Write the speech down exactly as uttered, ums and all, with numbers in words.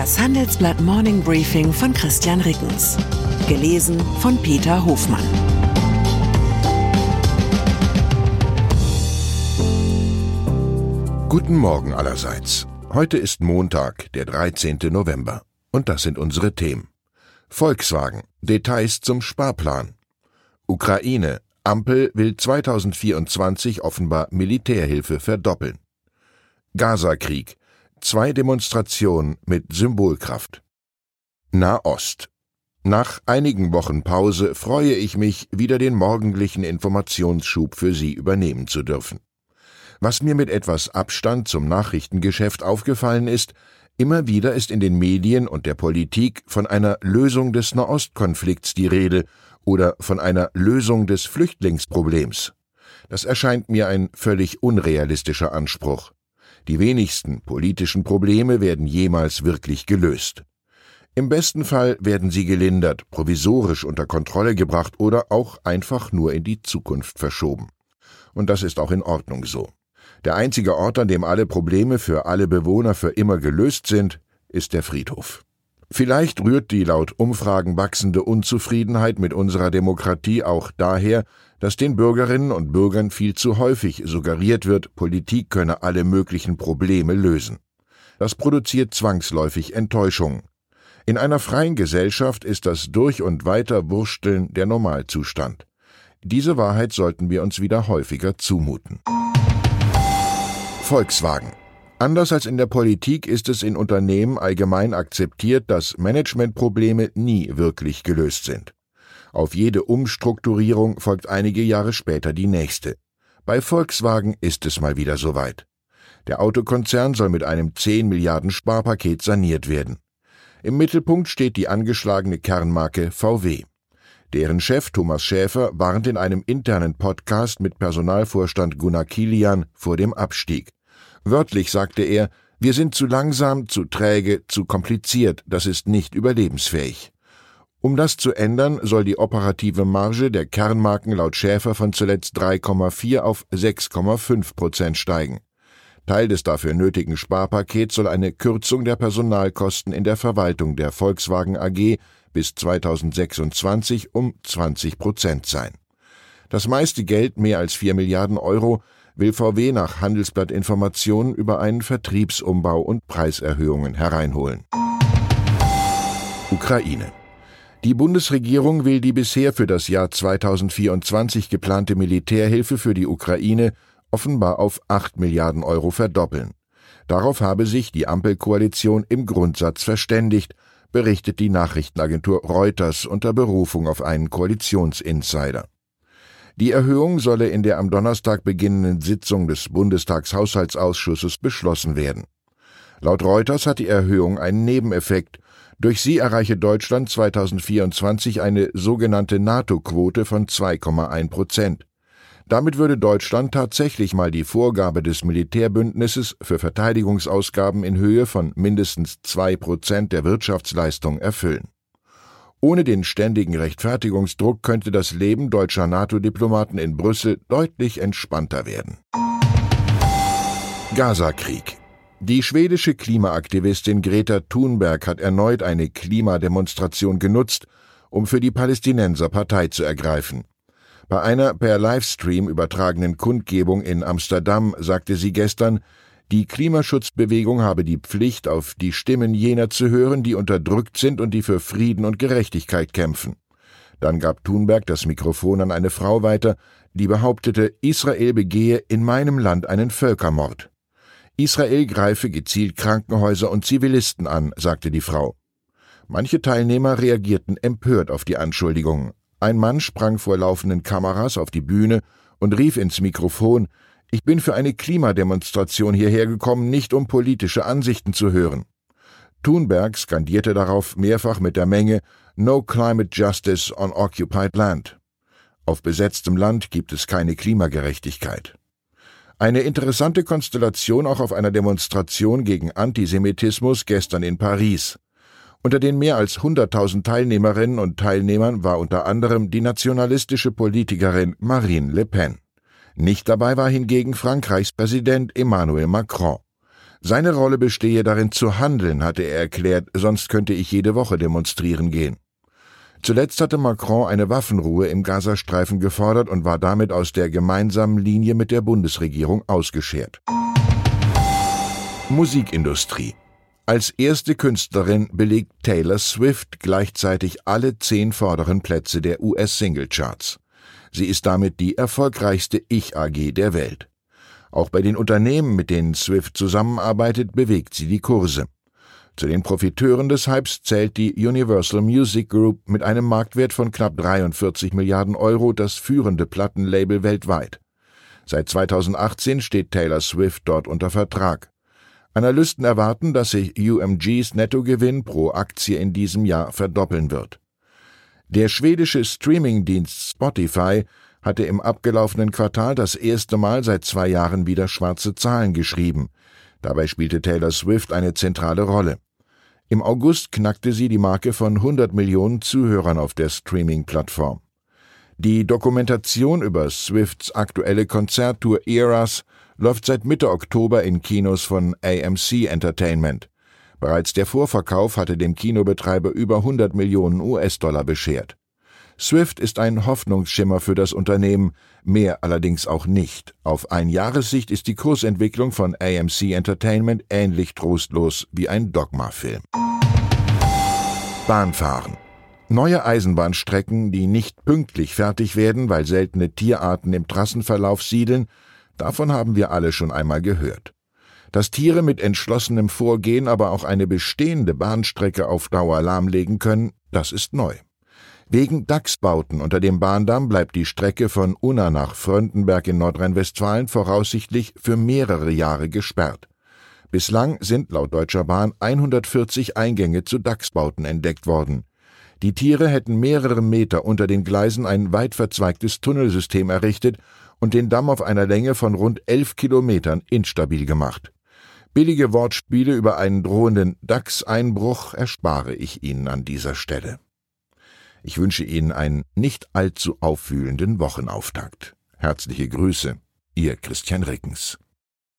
Das Handelsblatt Morning Briefing von Christian Rickens. Gelesen von Peter Hofmann. Guten Morgen allerseits. Heute ist Montag, der dreizehnte November. Und das sind unsere Themen. Volkswagen. Details zum Sparplan. Ukraine. Ampel will zweitausendvierundzwanzig offenbar Militärhilfe verdoppeln. Gaza-Krieg. Zwei Demonstrationen mit Symbolkraft. Nahost. Nach einigen Wochen Pause freue ich mich, wieder den morgendlichen Informationsschub für Sie übernehmen zu dürfen. Was mir mit etwas Abstand zum Nachrichtengeschäft aufgefallen ist, immer wieder ist in den Medien und der Politik von einer Lösung des Nahostkonflikts die Rede oder von einer Lösung des Flüchtlingsproblems. Das erscheint mir ein völlig unrealistischer Anspruch. Die wenigsten politischen Probleme werden jemals wirklich gelöst. Im besten Fall werden sie gelindert, provisorisch unter Kontrolle gebracht oder auch einfach nur in die Zukunft verschoben. Und das ist auch in Ordnung so. Der einzige Ort, an dem alle Probleme für alle Bewohner für immer gelöst sind, ist der Friedhof. Vielleicht rührt die laut Umfragen wachsende Unzufriedenheit mit unserer Demokratie auch daher, dass den Bürgerinnen und Bürgern viel zu häufig suggeriert wird, Politik könne alle möglichen Probleme lösen. Das produziert zwangsläufig Enttäuschung. In einer freien Gesellschaft ist das Durch- und Weiterwursteln der Normalzustand. Diese Wahrheit sollten wir uns wieder häufiger zumuten. Volkswagen. Anders als in der Politik ist es in Unternehmen allgemein akzeptiert, dass Managementprobleme nie wirklich gelöst sind. Auf jede Umstrukturierung folgt einige Jahre später die nächste. Bei Volkswagen ist es mal wieder soweit. Der Autokonzern soll mit einem zehn Milliarden Sparpaket saniert werden. Im Mittelpunkt steht die angeschlagene Kernmarke V W. Deren Chef Thomas Schäfer warnt in einem internen Podcast mit Personalvorstand Gunnar Kilian vor dem Abstieg. Wörtlich sagte er, wir sind zu langsam, zu träge, zu kompliziert, das ist nicht überlebensfähig. Um das zu ändern, soll die operative Marge der Kernmarken laut Schäfer von zuletzt drei Komma vier auf sechs Komma fünf Prozent steigen. Teil des dafür nötigen Sparpakets soll eine Kürzung der Personalkosten in der Verwaltung der Volkswagen A G bis zweitausendsechsundzwanzig um zwanzig Prozent sein. Das meiste Geld, mehr als vier Milliarden Euro, will V W nach Handelsblatt Informationen über einen Vertriebsumbau und Preiserhöhungen hereinholen. Ukraine. Die Bundesregierung will die bisher für das Jahr zweitausendvierundzwanzig geplante Militärhilfe für die Ukraine offenbar auf acht Milliarden Euro verdoppeln. Darauf habe sich die Ampelkoalition im Grundsatz verständigt, berichtet die Nachrichtenagentur Reuters unter Berufung auf einen Koalitionsinsider. Die Erhöhung solle in der am Donnerstag beginnenden Sitzung des Bundestagshaushaltsausschusses beschlossen werden. Laut Reuters hat die Erhöhung einen Nebeneffekt. Durch sie erreiche Deutschland zweitausendvierundzwanzig eine sogenannte NATO-Quote von zwei Komma eins Prozent. Damit würde Deutschland tatsächlich mal die Vorgabe des Militärbündnisses für Verteidigungsausgaben in Höhe von mindestens zwei Prozent der Wirtschaftsleistung erfüllen. Ohne den ständigen Rechtfertigungsdruck könnte das Leben deutscher NATO-Diplomaten in Brüssel deutlich entspannter werden. Gaza-Krieg. Die schwedische Klimaaktivistin Greta Thunberg hat erneut eine Klimademonstration genutzt, um für die Palästinenser Partei zu ergreifen. Bei einer per Livestream übertragenen Kundgebung in Amsterdam sagte sie gestern, die Klimaschutzbewegung habe die Pflicht, auf die Stimmen jener zu hören, die unterdrückt sind und die für Frieden und Gerechtigkeit kämpfen. Dann gab Thunberg das Mikrofon an eine Frau weiter, die behauptete, Israel begehe in meinem Land einen Völkermord. Israel greife gezielt Krankenhäuser und Zivilisten an, sagte die Frau. Manche Teilnehmer reagierten empört auf die Anschuldigungen. Ein Mann sprang vor laufenden Kameras auf die Bühne und rief ins Mikrofon, ich bin für eine Klimademonstration hierher gekommen, nicht um politische Ansichten zu hören. Thunberg skandierte darauf mehrfach mit der Menge No Climate Justice on Occupied Land. Auf besetztem Land gibt es keine Klimagerechtigkeit. Eine interessante Konstellation auch auf einer Demonstration gegen Antisemitismus gestern in Paris. Unter den mehr als hunderttausend Teilnehmerinnen und Teilnehmern war unter anderem die nationalistische Politikerin Marine Le Pen. Nicht dabei war hingegen Frankreichs Präsident Emmanuel Macron. Seine Rolle bestehe darin zu handeln, hatte er erklärt, sonst könnte ich jede Woche demonstrieren gehen. Zuletzt hatte Macron eine Waffenruhe im Gazastreifen gefordert und war damit aus der gemeinsamen Linie mit der Bundesregierung ausgeschert. Musikindustrie. Als erste Künstlerin belegt Taylor Swift gleichzeitig alle zehn vorderen Plätze der U S-Singlecharts. Sie ist damit die erfolgreichste Ich-A G der Welt. Auch bei den Unternehmen, mit denen Swift zusammenarbeitet, bewegt sie die Kurse. Zu den Profiteuren des Hypes zählt die Universal Music Group mit einem Marktwert von knapp dreiundvierzig Milliarden Euro, das führende Plattenlabel weltweit. Seit zweitausendachtzehn steht Taylor Swift dort unter Vertrag. Analysten erwarten, dass sich U M Gs Nettogewinn pro Aktie in diesem Jahr verdoppeln wird. Der schwedische Streamingdienst Spotify hatte im abgelaufenen Quartal das erste Mal seit zwei Jahren wieder schwarze Zahlen geschrieben. Dabei spielte Taylor Swift eine zentrale Rolle. Im August knackte sie die Marke von hundert Millionen Zuhörern auf der Streaming-Plattform. Die Dokumentation über Swifts aktuelle Konzerttour Eras läuft seit Mitte Oktober in Kinos von A M C Entertainment. Bereits der Vorverkauf hatte dem Kinobetreiber über hundert Millionen U S-Dollar beschert. Swift ist ein Hoffnungsschimmer für das Unternehmen, mehr allerdings auch nicht. Auf Einjahressicht ist die Kursentwicklung von A M C Entertainment ähnlich trostlos wie ein Dogma-Film. Bahnfahren. Neue Eisenbahnstrecken, die nicht pünktlich fertig werden, weil seltene Tierarten im Trassenverlauf siedeln, davon haben wir alle schon einmal gehört. Dass Tiere mit entschlossenem Vorgehen aber auch eine bestehende Bahnstrecke auf Dauer lahmlegen können, das ist neu. Wegen Dachsbauten unter dem Bahndamm bleibt die Strecke von Unna nach Fröndenberg in Nordrhein-Westfalen voraussichtlich für mehrere Jahre gesperrt. Bislang sind laut Deutscher Bahn hundertvierzig Eingänge zu Dachsbauten entdeckt worden. Die Tiere hätten mehrere Meter unter den Gleisen ein weit verzweigtes Tunnelsystem errichtet und den Damm auf einer Länge von rund elf Kilometern instabil gemacht. Billige Wortspiele über einen drohenden Dachseinbruch erspare ich Ihnen an dieser Stelle. Ich wünsche Ihnen einen nicht allzu aufwühlenden Wochenauftakt. Herzliche Grüße, Ihr Christian Rickens.